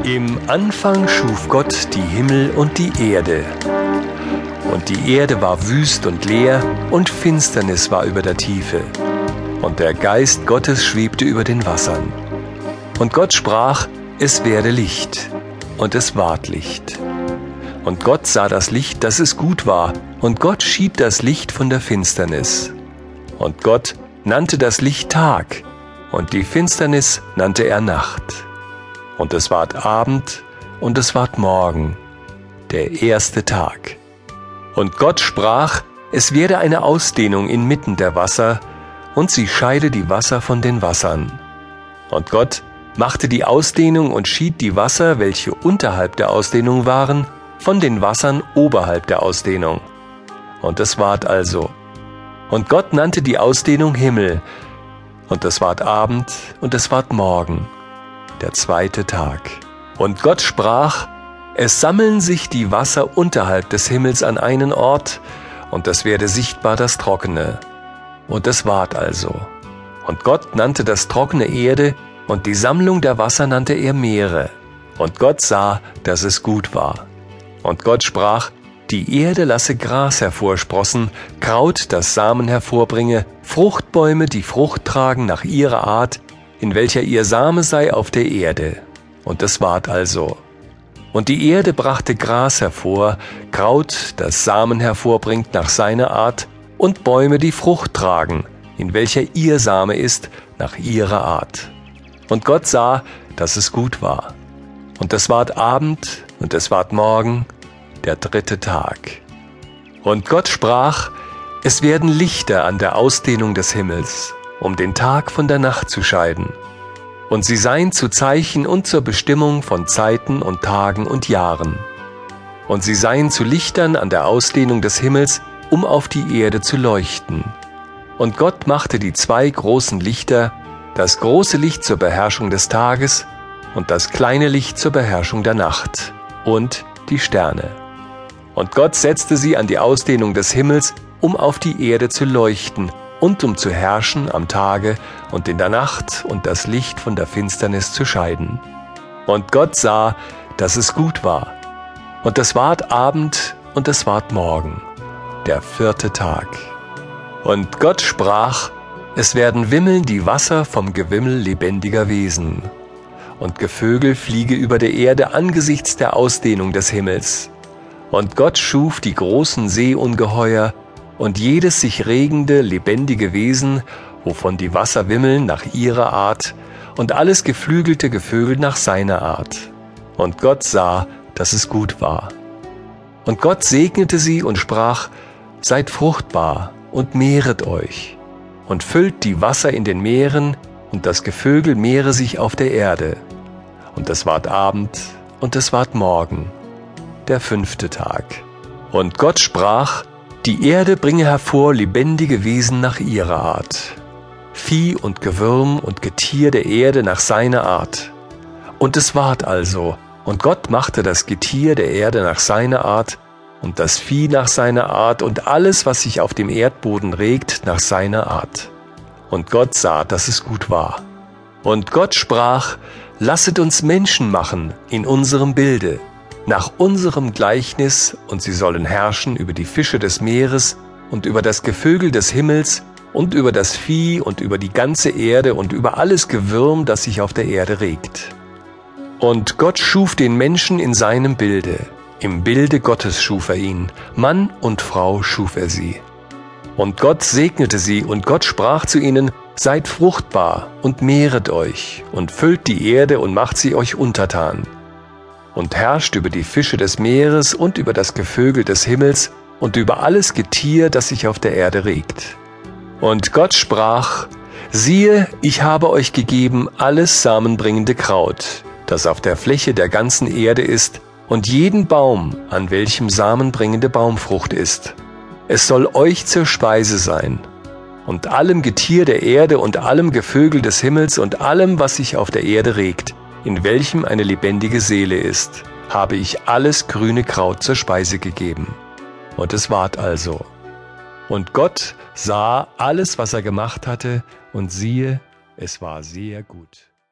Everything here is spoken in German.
Im Anfang schuf Gott die Himmel und die Erde. Und die Erde war wüst und leer, und Finsternis war über der Tiefe. Und der Geist Gottes schwebte über den Wassern. Und Gott sprach, es werde Licht. Und es ward Licht. Und Gott sah das Licht, dass es gut war, und Gott schied das Licht von der Finsternis. Und Gott nannte das Licht Tag, und die Finsternis nannte er Nacht. Und es ward Abend, und es ward Morgen, der erste Tag. Und Gott sprach, es werde eine Ausdehnung inmitten der Wasser, und sie scheide die Wasser von den Wassern. Und Gott machte die Ausdehnung und schied die Wasser, welche unterhalb der Ausdehnung waren, von den Wassern oberhalb der Ausdehnung. Und es ward also. Und Gott nannte die Ausdehnung Himmel, und es ward Abend, und es ward Morgen, der zweite Tag. Und Gott sprach, es sammeln sich die Wasser unterhalb des Himmels an einen Ort, und es werde sichtbar das Trockene. Und es ward also. Und Gott nannte das Trockene Erde, und die Sammlung der Wasser nannte er Meere. Und Gott sah, dass es gut war. Und Gott sprach, die Erde lasse Gras hervorsprossen, Kraut, das Samen hervorbringe, Fruchtbäume, die Frucht tragen nach ihrer Art, in welcher ihr Same sei auf der Erde. Und es ward also. Und die Erde brachte Gras hervor, Kraut, das Samen hervorbringt nach seiner Art, und Bäume, die Frucht tragen, in welcher ihr Same ist, nach ihrer Art. Und Gott sah, dass es gut war. Und es ward Abend, und es ward Morgen, der dritte Tag. Und Gott sprach, es werden Lichter an der Ausdehnung des Himmels, um den Tag von der Nacht zu scheiden. Und sie seien zu Zeichen und zur Bestimmung von Zeiten und Tagen und Jahren. Und sie seien zu Lichtern an der Ausdehnung des Himmels, um auf die Erde zu leuchten. Und Gott machte die zwei großen Lichter, das große Licht zur Beherrschung des Tages und das kleine Licht zur Beherrschung der Nacht und die Sterne. Und Gott setzte sie an die Ausdehnung des Himmels, um auf die Erde zu leuchten und um zu herrschen am Tage und in der Nacht und das Licht von der Finsternis zu scheiden. Und Gott sah, dass es gut war. Und es ward Abend und es ward Morgen, der vierte Tag. Und Gott sprach, es werden wimmeln die Wasser vom Gewimmel lebendiger Wesen. Und Gevögel fliege über der Erde angesichts der Ausdehnung des Himmels. Und Gott schuf die großen Seeungeheuer und jedes sich regende, lebendige Wesen, wovon die Wasser wimmeln nach ihrer Art, und alles geflügelte Gevögel nach seiner Art. Und Gott sah, dass es gut war. Und Gott segnete sie und sprach, seid fruchtbar und mehret euch, und füllt die Wasser in den Meeren, und das Gevögel mehre sich auf der Erde. Und es ward Abend, und es ward Morgen, der fünfte Tag. Und Gott sprach, die Erde bringe hervor lebendige Wesen nach ihrer Art, Vieh und Gewürm und Getier der Erde nach seiner Art. Und es ward also, und Gott machte das Getier der Erde nach seiner Art, und das Vieh nach seiner Art, und alles, was sich auf dem Erdboden regt, nach seiner Art. Und Gott sah, dass es gut war. Und Gott sprach, lasset uns Menschen machen in unserem Bilde, nach unserem Gleichnis, und sie sollen herrschen über die Fische des Meeres und über das Gevögel des Himmels und über das Vieh und über die ganze Erde und über alles Gewürm, das sich auf der Erde regt. Und Gott schuf den Menschen in seinem Bilde. Im Bilde Gottes schuf er ihn, Mann und Frau schuf er sie. Und Gott segnete sie, und Gott sprach zu ihnen, seid fruchtbar und mehret euch und füllt die Erde und macht sie euch untertan. Und herrscht über die Fische des Meeres und über das Gevögel des Himmels und über alles Getier, das sich auf der Erde regt. Und Gott sprach, siehe, ich habe euch gegeben alles samenbringende Kraut, das auf der Fläche der ganzen Erde ist, und jeden Baum, an welchem samenbringende Baumfrucht ist. Es soll euch zur Speise sein. Und allem Getier der Erde und allem Gevögel des Himmels und allem, was sich auf der Erde regt, in welchem eine lebendige Seele ist, habe ich alles grüne Kraut zur Speise gegeben. Und es ward also. Und Gott sah alles, was er gemacht hatte, und siehe, es war sehr gut.